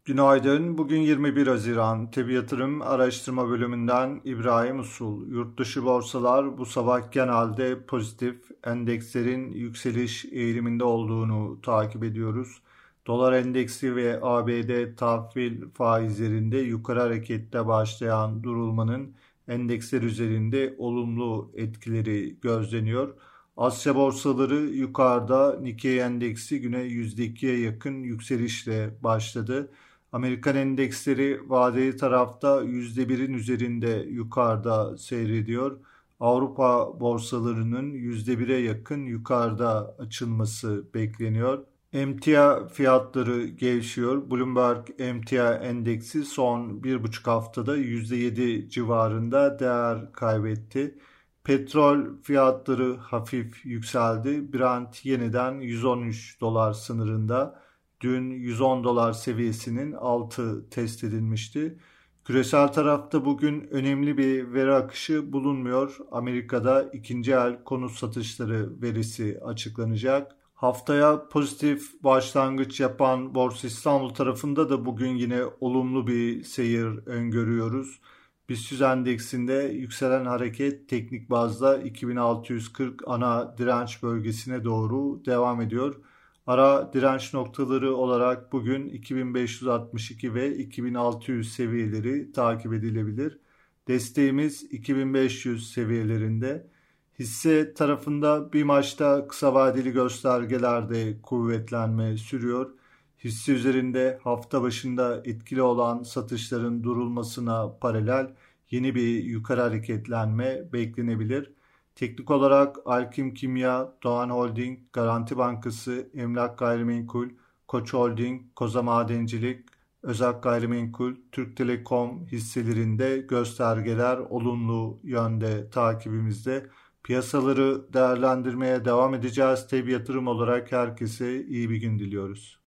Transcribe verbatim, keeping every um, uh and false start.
Günaydın. Bugün yirmi bir Haziran. Tebi Yatırım Araştırma Bölümünden İbrahim Usul. Yurtdışı borsalar bu sabah genelde pozitif. Endekslerin yükseliş eğiliminde olduğunu takip ediyoruz. Dolar endeksi ve A B D tahvil faizlerinde yukarı hareketle başlayan durulmanın endeksler üzerinde olumlu etkileri gözleniyor. Asya borsaları yukarıda. Nikkei endeksi güne yüzde ikiye yakın yükselişle başladı. Amerikan endeksleri vadeli tarafta yüzde birin üzerinde yukarıda seyrediyor. Avrupa borsalarının yüzde bire yakın yukarıda açılması bekleniyor. Emtia fiyatları gevşiyor. Bloomberg Emtia endeksi son bir buçuk haftada yüzde yedi civarında değer kaybetti. Petrol fiyatları hafif yükseldi. Brent yeniden yüz on üç dolar sınırında. Dün yüz on dolar seviyesinin altı test edilmişti. Küresel tarafta bugün önemli bir veri akışı bulunmuyor. Amerika'da ikinci el konut satışları verisi açıklanacak. Haftaya pozitif başlangıç yapan Borsa İstanbul tarafında da bugün yine olumlu bir seyir öngörüyoruz. BIST endeksinde yükselen hareket teknik bazda iki bin altı yüz kırk ana direnç bölgesine doğru devam ediyor. Ara direnç noktaları olarak bugün iki bin beş yüz altmış iki ve iki bin altı yüz seviyeleri takip edilebilir. Desteğimiz iki bin beş yüz seviyelerinde. Hisse tarafında bir maçta kısa vadeli göstergelerde kuvvetlenme sürüyor. Hisse üzerinde hafta başında etkili olan satışların durulmasına paralel yeni bir yukarı hareketlenme beklenebilir. Teknik olarak Alkim Kimya, Doğan Holding, Garanti Bankası, Emlak Gayrimenkul, Koç Holding, Koza Madencilik, Özak Gayrimenkul, Türk Telekom hisselerinde göstergeler olumlu yönde takibimizde. Piyasaları değerlendirmeye devam edeceğiz. Tabi yatırım olarak herkese iyi bir gün diliyoruz.